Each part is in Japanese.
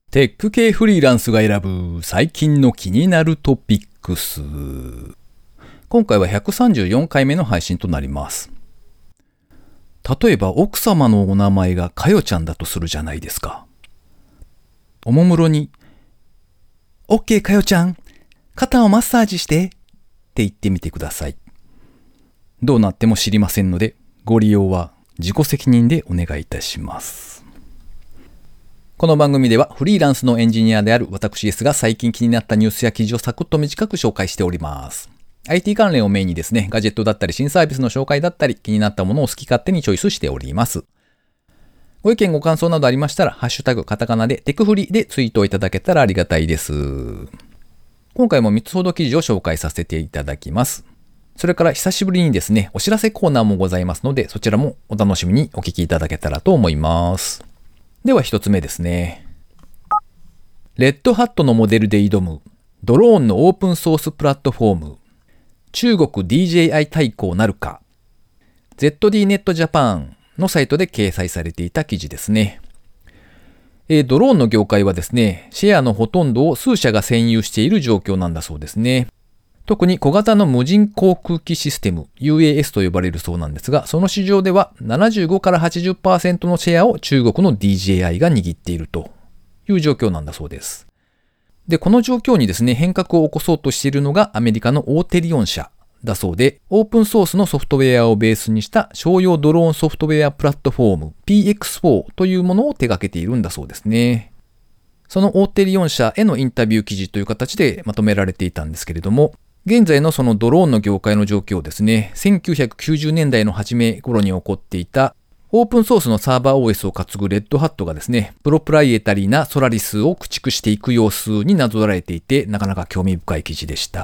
テック系フリーランスが選ぶ最近の気になるトピックス。今回は134回目の配信となります。例えば奥様のお名前がかよちゃんだとするじゃないですか。おもむろに OK かよちゃん、肩をマッサージしてって言ってみてください。どうなっても知りませんので、ご利用は自己責任でお願いいたします。この番組ではフリーランスのエンジニアである私ですが、最近気になったニュースや記事をサクッと短く紹介しております。IT 関連をメインにですね、ガジェットだったり新サービスの紹介だったり、気になったものを好き勝手にチョイスしております。ご意見ご感想などありましたら、ハッシュタグカタカナでテクフリでツイートをいただけたらありがたいです。今回も3つほど記事を紹介させていただきます。それから久しぶりにですね、お知らせコーナーもございますので、そちらもお楽しみにお聞きいただけたらと思います。では一つ目ですね。レッドハットのモデルで挑むドローンのオープンソースプラットフォーム。中国 DJI 対抗なるか。ZD ネットジャパンのサイトで掲載されていた記事ですね。ドローンの業界はですね、シェアのほとんどを数社が占有している状況なんだそうですね。特に小型の無人航空機システム UAS と呼ばれるそうなんですが、その市場では75から 80% のシェアを中国の DJI が握っているという状況なんだそうです。で、この状況にですね、変革を起こそうとしているのがアメリカのオーテリオン社だそうで、オープンソースのソフトウェアをベースにした商用ドローンソフトウェアプラットフォーム PX4 というものを手掛けているんだそうですね。そのオーテリオン社へのインタビュー記事という形でまとめられていたんですけれども、現在のそのドローンの業界の状況をですね、1990年代の初め頃に起こっていたオープンソースのサーバー OS を担ぐレッドハットがですね、プロプライエタリーなソラリスを駆逐していく様子になぞらえていて、なかなか興味深い記事でした。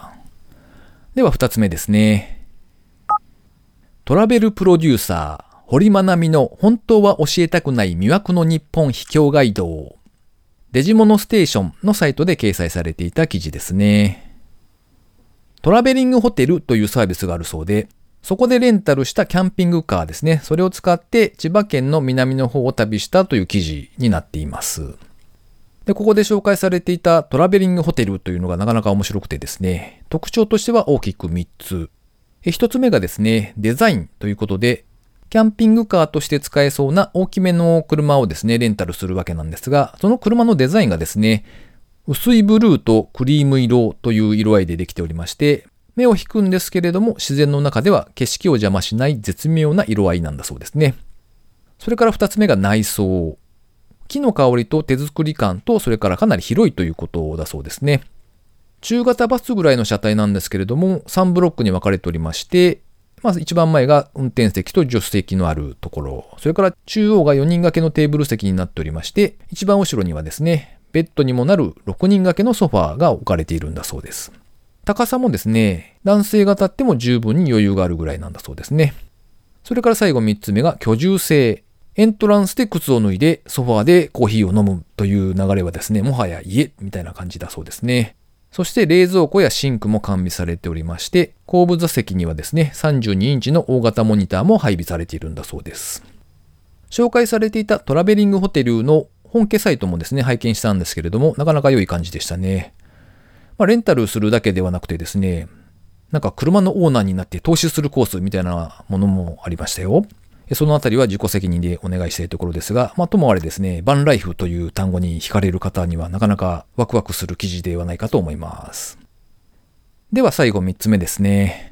では2つ目ですね。トラベルプロデューサー、堀まなみの本当は教えたくない魅惑の日本秘境ガイド。デジモノステーションのサイトで掲載されていた記事ですね。トラベリングホテルというサービスがあるそうで、そこでレンタルしたキャンピングカーですね。それを使って千葉県の南の方を旅したという記事になっています。で、ここで紹介されていたトラベリングホテルというのがなかなか面白くてですね、特徴としては大きく3つ。1つ目がですね、デザインということで、キャンピングカーとして使えそうな大きめの車をですね、レンタルするわけなんですが、その車のデザインがですね、薄いブルーとクリーム色という色合いでできておりまして、目を引くんですけれども、自然の中では景色を邪魔しない絶妙な色合いなんだそうですね。それから2つ目が内装。木の香りと手作り感と、それからかなり広いということだそうですね。中型バスぐらいの車体なんですけれども、3ブロックに分かれておりまして、まず一番前が運転席と助手席のあるところ、それから中央が4人掛けのテーブル席になっておりまして、一番後ろにはですね、ベッドにもなる6人掛けのソファーが置かれているんだそうです。高さもですね、男性が立っても十分に余裕があるぐらいなんだそうですね。それから最後3つ目が居住性。エントランスで靴を脱いでソファーでコーヒーを飲むという流れはですね、もはや家みたいな感じだそうですね。そして冷蔵庫やシンクも完備されておりまして、後部座席にはですね、32インチの大型モニターも配備されているんだそうです。紹介されていたトラベリングホテルの本家サイトもですね、拝見したんですけれども、なかなか良い感じでしたね。レンタルするだけではなくてですね、なんか車のオーナーになって投資するコースみたいなものもありましたよ。そのあたりは自己責任でお願いしたいところですが、ともあれですね、バンライフという単語に惹かれる方にはなかなかワクワクする記事ではないかと思います。では最後3つ目ですね。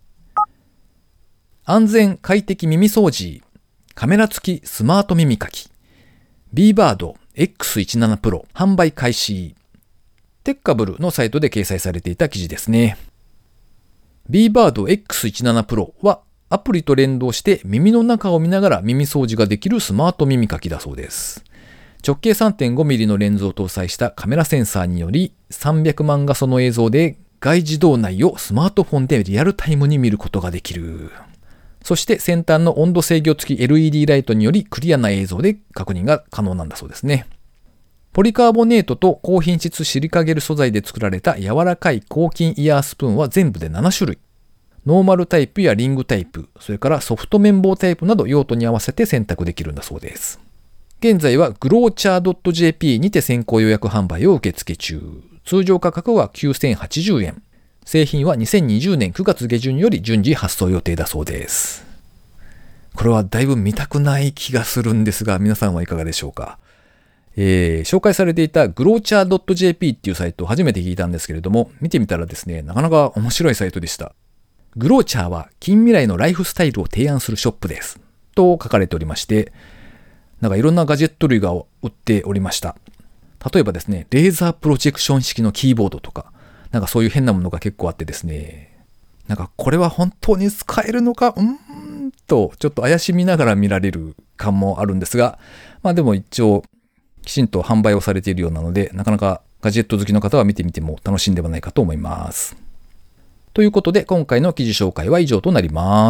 安全快適耳掃除、カメラ付きスマート耳かき、B-Bird X17 Pro 販売開始。テッカブルのサイトで掲載されていた記事ですね。B-Bird X17 Pro はアプリと連動して耳の中を見ながら耳掃除ができるスマート耳かきだそうです。直径 3.5mm のレンズを搭載したカメラセンサーにより300万画素の映像で外自動内をスマートフォンでリアルタイムに見ることができる。そして先端の温度制御付き LED ライトによりクリアな映像で確認が可能なんだそうですね。ポリカーボネートと高品質シリカゲル素材で作られた柔らかい抗菌イヤースプーンは全部で7種類。ノーマルタイプやリングタイプ、それからソフト綿棒タイプなど用途に合わせて選択できるんだそうです。 現在はグローチャー .jp にて先行予約販売を受付中。通常価格は9080円。製品は2020年9月下旬より順次発送予定だそうです。これはだいぶ見たくない気がするんですが、皆さんはいかがでしょうか。紹介されていたグローチャー .jp っていうサイトを初めて聞いたんですけれども、見てみたらですね、なかなか面白いサイトでした。グローチャーは近未来のライフスタイルを提案するショップです。と書かれておりまして、なんかいろんなガジェット類が売っておりました。例えばですね、レーザープロジェクション式のキーボードとか、なんかそういう変なものが結構あってですね、なんかこれは本当に使えるのか、とちょっと怪しみながら見られる感もあるんですが、まあでも一応きちんと販売をされているようなので、なかなかガジェット好きの方は見てみても楽しいんではないかと思います。ということで今回の記事紹介は以上となります。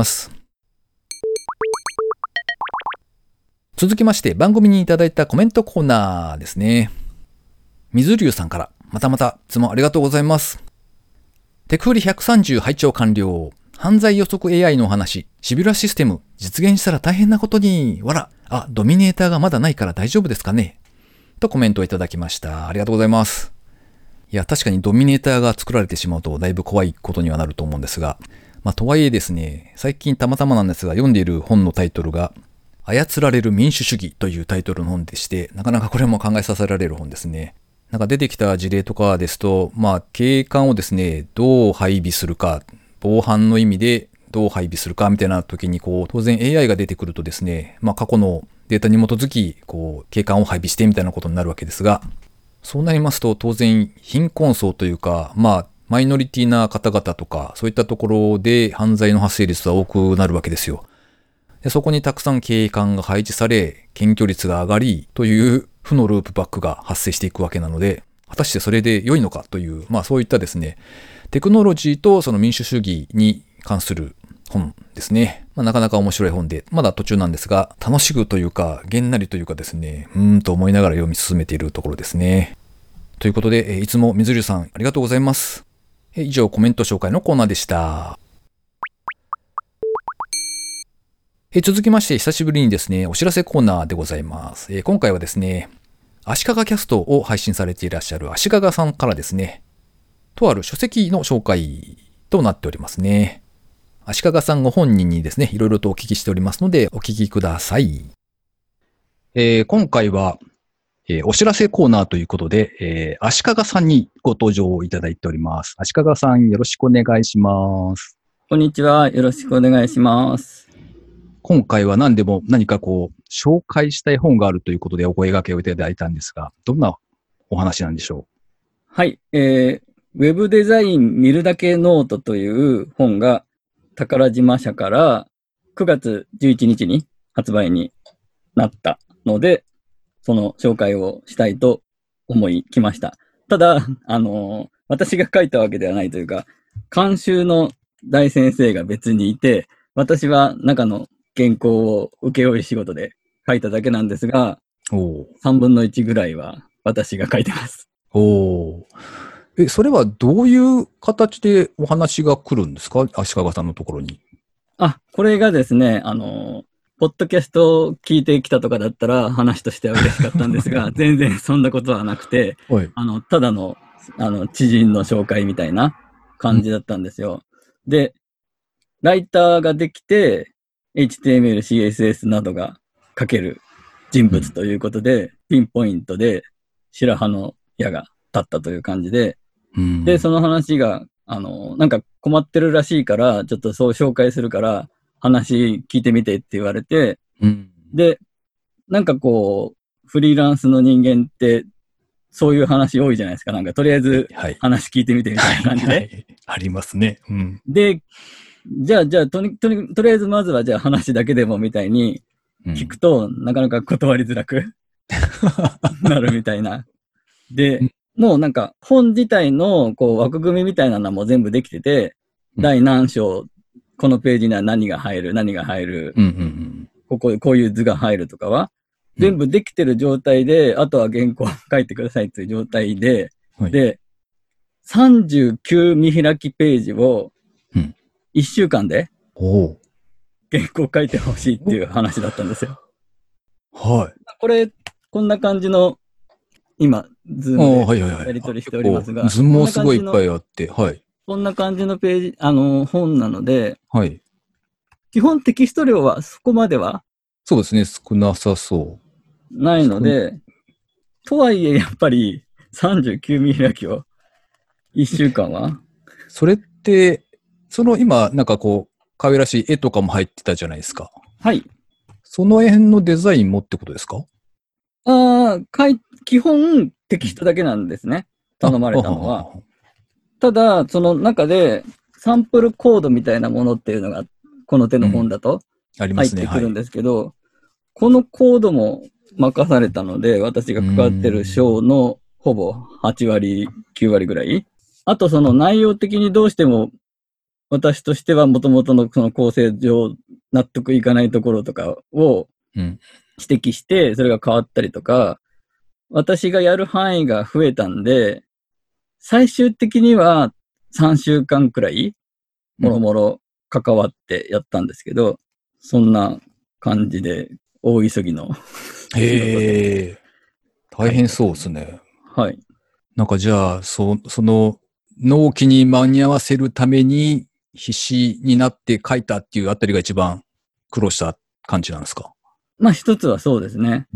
続きまして番組にいただいたコメントコーナーですね。水流さんからまたいつもありがとうございます。テクフリ130拝聴完了。犯罪予測 AI のお話、シビュラシステム実現したら大変なことに、わら、ドミネーターがまだないから大丈夫ですかねとコメントをいただきました。ありがとうございます。いや、確かにドミネーターが作られてしまうとだいぶ怖いことにはなると思うんですが、とはいえですね、最近たまたまなんですが読んでいる本のタイトルが、操られる民主主義というタイトルの本でして、なかなかこれも考えさせられる本ですね。なんか出てきた事例とかですと、警官をですね、どう配備するか、防犯の意味でどう配備するかみたいな時に当然 AI が出てくるとですね、過去のデータに基づき警官を配備してみたいなことになるわけですが、そうなりますと当然貧困層というか、マイノリティな方々とかそういったところで犯罪の発生率は多くなるわけですよ。でそこにたくさん警官が配置され、検挙率が上がりという負のループバックが発生していくわけなので、果たしてそれで良いのかという、そういったですね、テクノロジーとその民主主義に関する本ですね。なかなか面白い本で、まだ途中なんですが、楽しくというか、げんなりというかですね、と思いながら読み進めているところですね。ということで、いつも水流さんありがとうございます。以上、コメント紹介のコーナーでした。続きまして、久しぶりにですね、お知らせコーナーでございます。今回はですね、足利キャストを配信されていらっしゃる足利さんからですね、とある書籍の紹介となっておりますね。足利さんご本人にですね、いろいろとお聞きしておりますので、お聞きください。今回は、お知らせコーナーということで、足利さんにご登場いただいております。足利さん、よろしくお願いします。 こんにちは。よろしくお願いします。 今回は何でも何か紹介したい本があるということでお声掛けをいただいたんですが、どんなお話なんでしょう？はい。ウェブデザイン見るだけノートという本が宝島社から9月11日に発売になったので、その紹介をしたいと思い来ました。ただ、私が書いたわけではないというか、監修の大先生が別にいて、私は中の原稿を請負仕事で書いただけなんですが、3分の1ぐらいは私が書いてます。 それはどういう形でお話が来るんですか？足利さんのところに。 これがですね、ポッドキャストを聞いてきたとかだったら話としては嬉しかったんですが、全然そんなことはなくて、ただの、知人の紹介みたいな感じだったんですよ。で、ライターができて、HTML、CSS などが書ける人物ということで、ピンポイントで白羽の矢が立ったという感じで、で、その話が、なんか困ってるらしいから、ちょっとそう紹介するから、話聞いてみてって言われて、で、なんかフリーランスの人間って、そういう話多いじゃないですか。なんか、とりあえず話聞いてみてみたいな感じで。 ありますね。 で、じゃあ、とりあえずまずはじゃあ話だけでもみたいに聞くと、なかなか断りづらくなるみたいな。で、もうなんか本自体の枠組みみたいなのはもう全部できてて、第何章、このページには何が入る、こういう図が入るとかは、全部できてる状態で、あとは原稿を書いてくださいという状態で、で、39見開きページを、1週間で原稿書いてほしいっていう話だったんですよ。 はい。 これこんな感じの、今、ズームでやり取りしておりますが。 図もすごいいっぱいあって、はい。 こんな感じのページ、本なので、 はい。 基本テキスト量はそこまではそうですね、少なさそう。 ないので、とはいえやっぱり39見開きを1週間はそれって、今、なんかこう、可愛らしい絵とかも入ってたじゃないですか。 はい。 その辺のデザインもってことですか？ 基本テキストだけなんですね。頼まれたのは。ただ、その中でサンプルコードみたいなものっていうのが、この手の本だと入ってくるんですけど、このコードも任されたので、私が関わってる章のほぼ8割、9割ぐらい。あとその内容的にどうしても私としては元々のその構成上納得いかないところとかを指摘して、それが変わったりとか、私がやる範囲が増えたんで、最終的には3週間くらい、もろもろ関わってやったんですけど、そんな感じで、大急ぎの。 へえ、大変そうですね。 はい。 なんかじゃあ、その納期に間に合わせるために必死になって書いたっていうあたりが一番苦労した感じなんですか？ まあ一つはそうですね。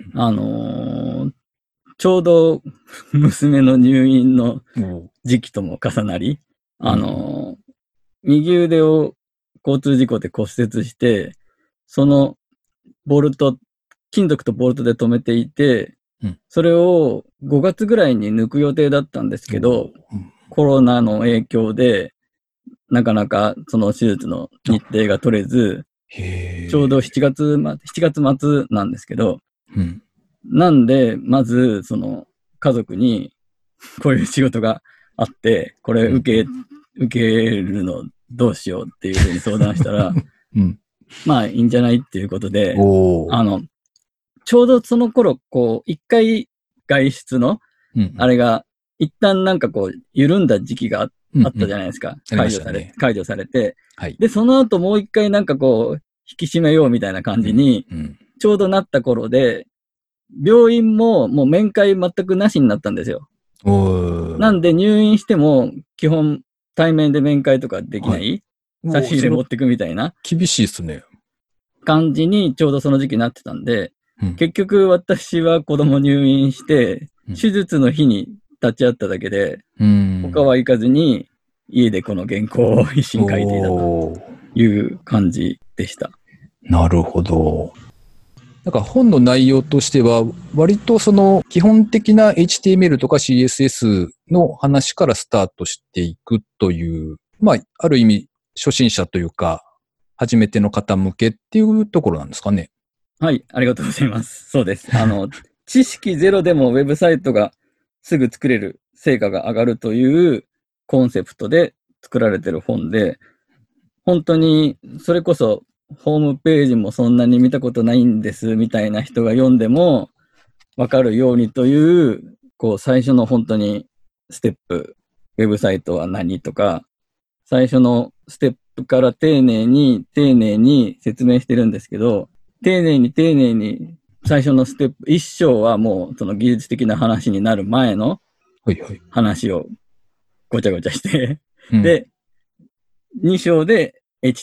ちょうど娘の入院の時期とも重なり、右腕を交通事故で骨折して、その金属とボルトで止めていて、それを5月ぐらいに抜く予定だったんですけど、コロナの影響で、なかなかその手術の日程が取れず、ちょうど7月末なんですけど、なんで、まず、その、家族に、こういう仕事があって、これ受けるのどうしようっていうふうに相談したら、まあいいんじゃないっていうことで、ちょうどその頃、こう、一回外出の、あれが、一旦なんかこう、緩んだ時期があったじゃないですか。解除されて。で、その後もう一回なんかこう、引き締めようみたいな感じに、ちょうどなった頃で、病院ももう面会全くなしになったんですよ。なんで入院しても基本対面で面会とかできない、差し入れ持ってくみたいな。 厳しいですね。 感じにちょうどその時期になってたんで、結局私は子供入院して、手術の日に立ち会っただけで、他は行かずに家でこの原稿を必死に書いていたという感じでした。 なるほど。なんか本の内容としては、割とその基本的な HTML とか CSS の話からスタートしていくという、まあ、ある意味初心者というか、初めての方向けっていうところなんですかね。 はい、ありがとうございます。そうです。知識ゼロでもウェブサイトがすぐ作れる、成果が上がるというコンセプトで作られている本で、本当にそれこそホームページもそんなに見たことないんですみたいな人が読んでもわかるようにという、こう最初の本当にステップ、ウェブサイトは何とか、最初のステップから丁寧に説明してるんですけど、丁寧に最初のステップ、一章はもうその技術的な話になる前の話をごちゃごちゃして、で、2章で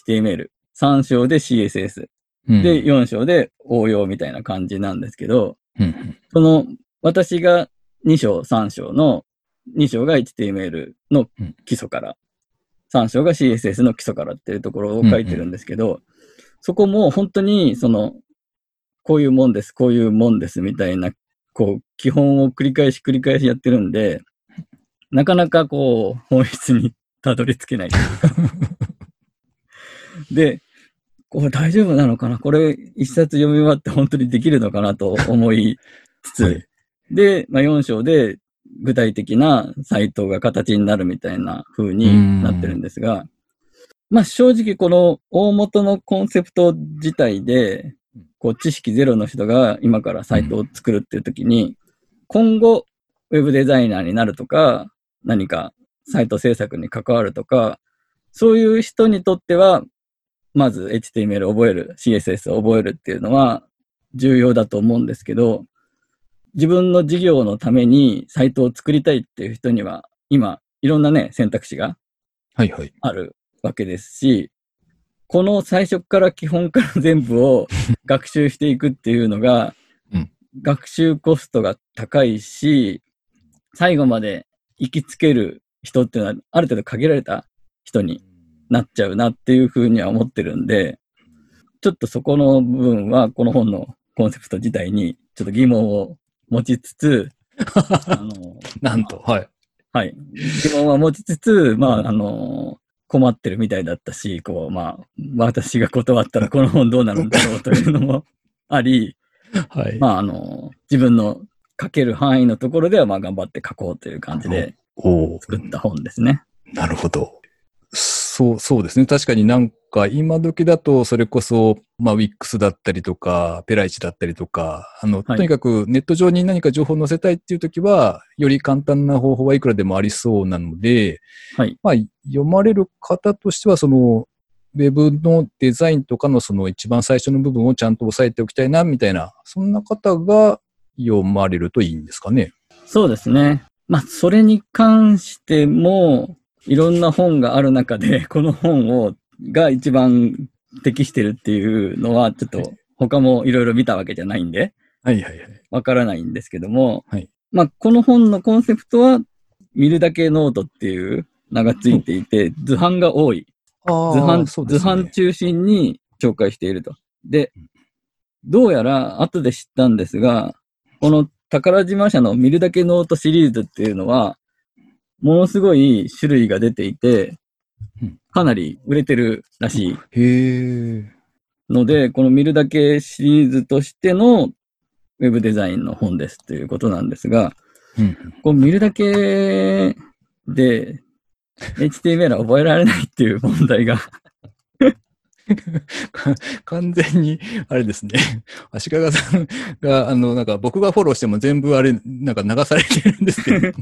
HTML、3章で CSS、で、4章で応用みたいな感じなんですけど、その私が2章、3章の2章が HTML の基礎から、3章が CSS の基礎からっていうところを書いてるんですけど、そこも本当にその、こういうもんですみたいな、こう、基本を繰り返しやってるんで、なかなかこう、本質にたどり着けないというか。で、これ大丈夫なのかな、これ一冊読み終わって本当にできるのかなと思いつつ、で、4章で具体的なサイトが形になるみたいな風になってるんですが、正直この大元のコンセプト自体で、こう知識ゼロの人が今からサイトを作るっていう時に、今後ウェブデザイナーになるとか、何かサイト制作に関わるとか、そういう人にとっては、まず HTML を覚える、CSS を覚えるっていうのは重要だと思うんですけど、 自分の事業のためにサイトを作りたいっていう人には、今、いろんなね、選択肢があるわけですし、この最初から基本から全部を学習していくっていうのが、学習コストが高いし、最後まで行きつける人っていうのは、ある程度限られた人になっちゃうなっていうふうには思ってるんで、ちょっとそこの部分は、この本のコンセプト自体にちょっと疑問を持ちつつ、 なんと、はい。 はい。疑問は持ちつつ、困ってるみたいだったし、私が断ったらこの本どうなるんだろうというのもあり、はい。自分の書ける範囲のところでは、頑張って書こうという感じで作った本ですね。 なるほど。そうですね。確かになんか今時だとそれこそ、Wix だったりとか、ペライチだったりとか、とにかくネット上に何か情報を載せたいっていう時は、より簡単な方法はいくらでもありそうなので、はい。読まれる方としては、ウェブのデザインとかのその一番最初の部分をちゃんと押さえておきたいな、みたいな、そんな方が読まれるといいんですかね。 そうですね。それに関しても、いろんな本がある中で、この本が一番適してるっていうのは、ちょっと他もいろいろ見たわけじゃないんで、わからないんですけども、この本のコンセプトは、見るだけノートっていう名がついていて、図版が多い。図版中心に紹介していると。で、どうやら後で知ったんですが、この宝島社の見るだけノートシリーズっていうのは、ものすごい種類が出ていて、かなり売れてるらしい。ので、この見るだけシリーズとしてのウェブデザインの本ですということなんですが、この見るだけで HTML は覚えられないっていう問題が完全に、あれですね。足利さんが、なんか僕がフォローしても全部あれ、なんか流されてるんですけど。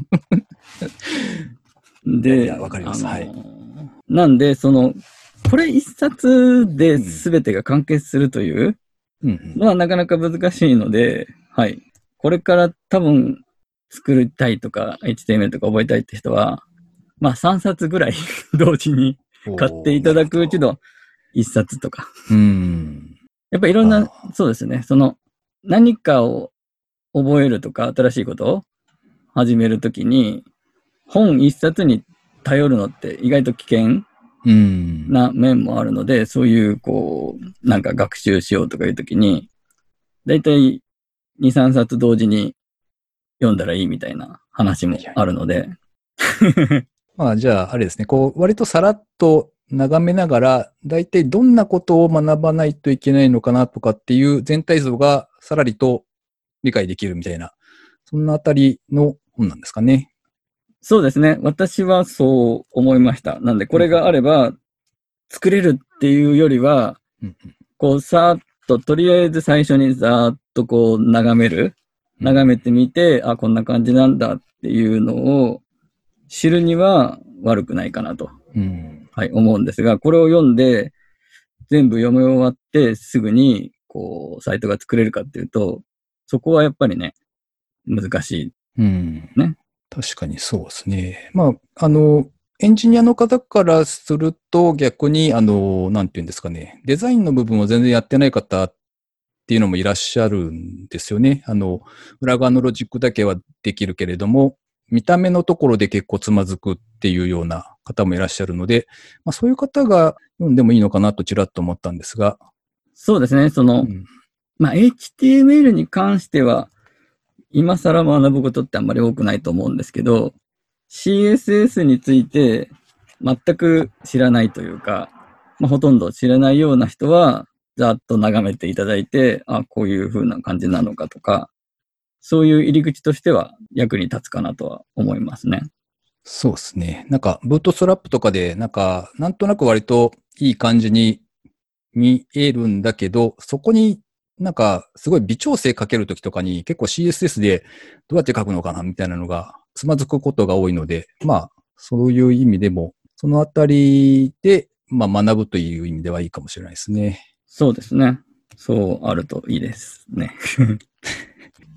で、 わかります。はい。 なんで、これ一冊で全てが完結するというのはなかなか難しいので、はい。これから多分作りたいとか、HTML とか覚えたいって人は、3冊ぐらい同時に買っていただくうちの1冊とか。やっぱいろんな、そうですね。何かを覚えるとか、新しいことを始めるときに、本1冊に頼るのって意外と危険な面もあるので、そういう、なんか学習しようとかいうときに、だいたい2、3冊同時に読んだらいいみたいな話もあるので。 じゃあ、あれですね。割とさらっと眺めながら、だいたいどんなことを学ばないといけないのかなとかっていう全体像がさらりと理解できるみたいな、そんなあたりの本なんですかね。 そうですね。私はそう思いました。なんで、これがあれば、作れるっていうよりは、さーっと、とりあえず最初にざーっと眺めてみて、こんな感じなんだっていうのを知るには悪くないかなと、はい、思うんですが、これを読んで、全部読み終わってすぐに、サイトが作れるかっていうと、そこはやっぱりね、難しい。ね。 確かにそうですね。エンジニアの方からすると逆に、なんていうんですかね、デザインの部分を全然やってない方っていうのもいらっしゃるんですよね。裏側のロジックだけはできるけれども、見た目のところで結構つまずくっていうような方もいらっしゃるので、そういう方が読んでもいいのかなとちらっと思ったんですが。 そうですね。HTML に関しては、今更学ぶことってあんまり多くないと思うんですけど、CSS について全く知らないというか、ほとんど知らないような人は、ざっと眺めていただいて、こういう風な感じなのかとか、そういう入り口としては役に立つかなとは思いますね。 そうですね。なんか、ブートストラップとかで、なんとなく割といい感じに見えるんだけど、そこにすごい微調整かけるときとかに結構 CSS でどうやって書くのかなみたいなのがつまずくことが多いので、そういう意味でも、そのあたりで、学ぶという意味ではいいかもしれないですね。 そうですね。そうあるといいですね。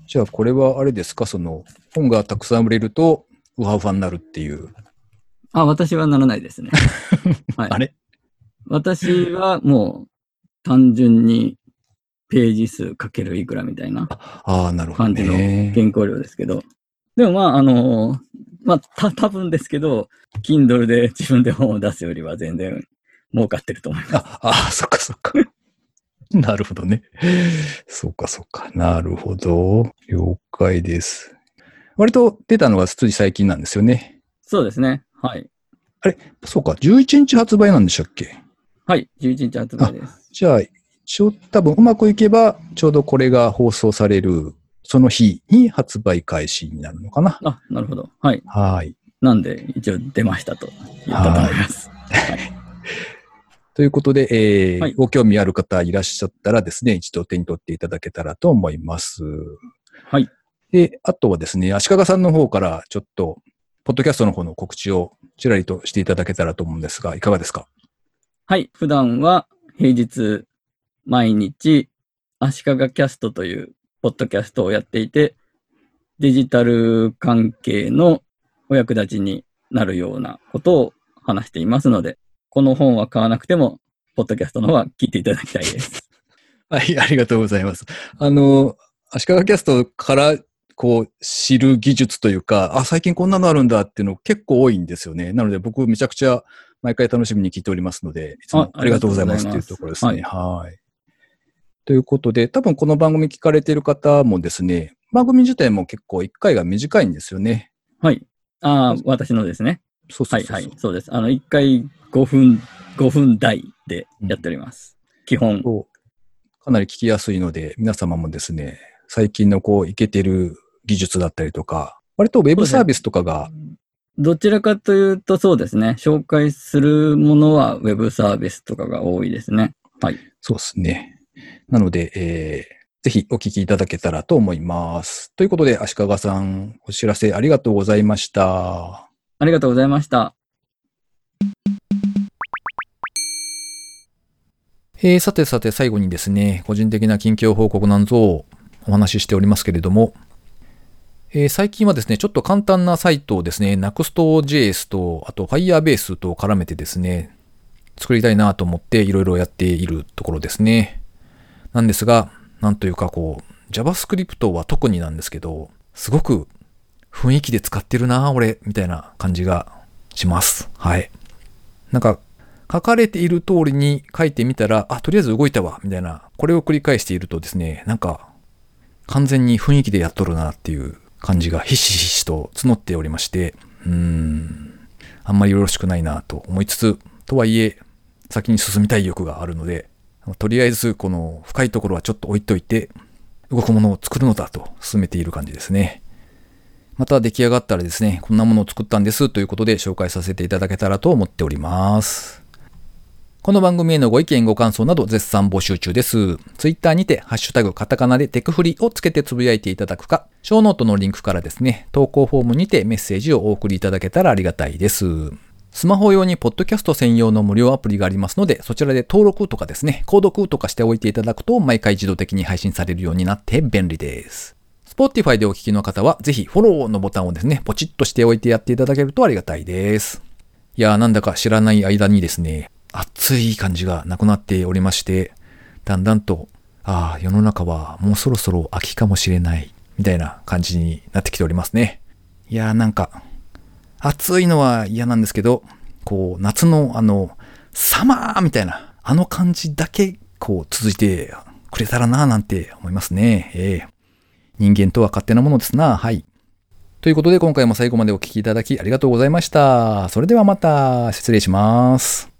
じゃあこれはあれですか、本がたくさん売れると、ウハウハになるっていう。 私はならないですね。 はい、あれ私はもう単純にページ数かけるいくらみたいな感じの原稿料ですけど。でも多分ですけど、Kindle で自分で本を出すよりは全然儲かってると思います。そっかそっか。なるほどね。そうかそうか。なるほど。了解です。割と出たのがつい最近なんですよね。 そうですね。はい。 あれそうか。11日発売なんでしたっけ？ はい。11日発売です。 じゃあ、多分うまくいけば、ちょうどこれが放送される、その日に発売開始になるのかな。 なるほど。はい。 はい。 なんで、一応出ましたと言ったと思います。はい。 ということで、ご興味ある方いらっしゃったらですね、一度手に取っていただけたらと思います。 はい。 で、あとはですね、足利さんの方からちょっと、ポッドキャストの方の告知をちらりとしていただけたらと思うんですが、いかがですか？ はい。普段は平日毎日足利キャストというポッドキャストをやっていて、デジタル関係のお役立ちになるようなことを話していますので、この本は買わなくても、ポッドキャストの方は聞いていただきたいです。 はい、ありがとうございます。足利キャストから知る技術というか、最近こんなのあるんだっていうの結構多いんですよね。なので僕めちゃくちゃ毎回楽しみに聞いておりますので、いつもありがとうございますっていうところですね。はい。ということで、多分この番組聞かれている方もですね、番組自体も結構1回が短いんですよね。 はい。私のですね。 そう。 はい、そうです。1回5分台でやっております。基本。 かなり聞きやすいので、皆様もですね、最近のイケてる技術だったりとか、割とウェブサービスとかが、 どちらかというとそうですね、紹介するものはウェブサービスとかが多いですね。はい。 そうですね。なので、ぜひお聞きいただけたらと思います。ということで、足利さん、お知らせありがとうございました。 ありがとうございました。 さて最後にですね、個人的な近況報告なんぞをお話ししておりますけれども、最近はですね、ちょっと簡単なサイトをですね、Next.js と、あと Firebase と絡めてですね、作りたいなと思っていろいろやっているところですね。なんですが、なんというかJavaScript は特になんですけど、すごく雰囲気で使ってるな俺、みたいな感じがします。はい。なんか、書かれている通りに書いてみたら、とりあえず動いたわ、みたいな、これを繰り返しているとですね、なんか、完全に雰囲気でやっとるなっていう感じがひしひしと募っておりまして、あんまりよろしくないなと思いつつ、とはいえ、先に進みたい欲があるので、とりあえずこの深いところはちょっと置いといて、動くものを作るのだと進めている感じですね。また出来上がったらですね、こんなものを作ったんですということで紹介させていただけたらと思っております。この番組へのご意見ご感想など絶賛募集中です。ツイッターにてハッシュタグカタカナでテクフリをつけてつぶやいていただくか、ショーノートのリンクからですね、投稿フォームにてメッセージをお送りいただけたらありがたいです。スマホ用にポッドキャスト専用の無料アプリがありますので、そちらで登録とかですね、購読とかしておいていただくと毎回自動的に配信されるようになって便利です。Spotify でお聞きの方はぜひフォローのボタンをですね、ポチッとしておいてやっていただけるとありがたいです。いやー、なんだか知らない間にですね、熱い感じがなくなっておりまして、だんだんと、世の中はもうそろそろ秋かもしれない、みたいな感じになってきておりますね。いやー、なんか、暑いのは嫌なんですけど、夏のサマーみたいな、感じだけ、続いてくれたらな、なんて思いますね。人間とは勝手なものですな、はい。ということで、今回も最後までお聞きいただきありがとうございました。それではまた、失礼します。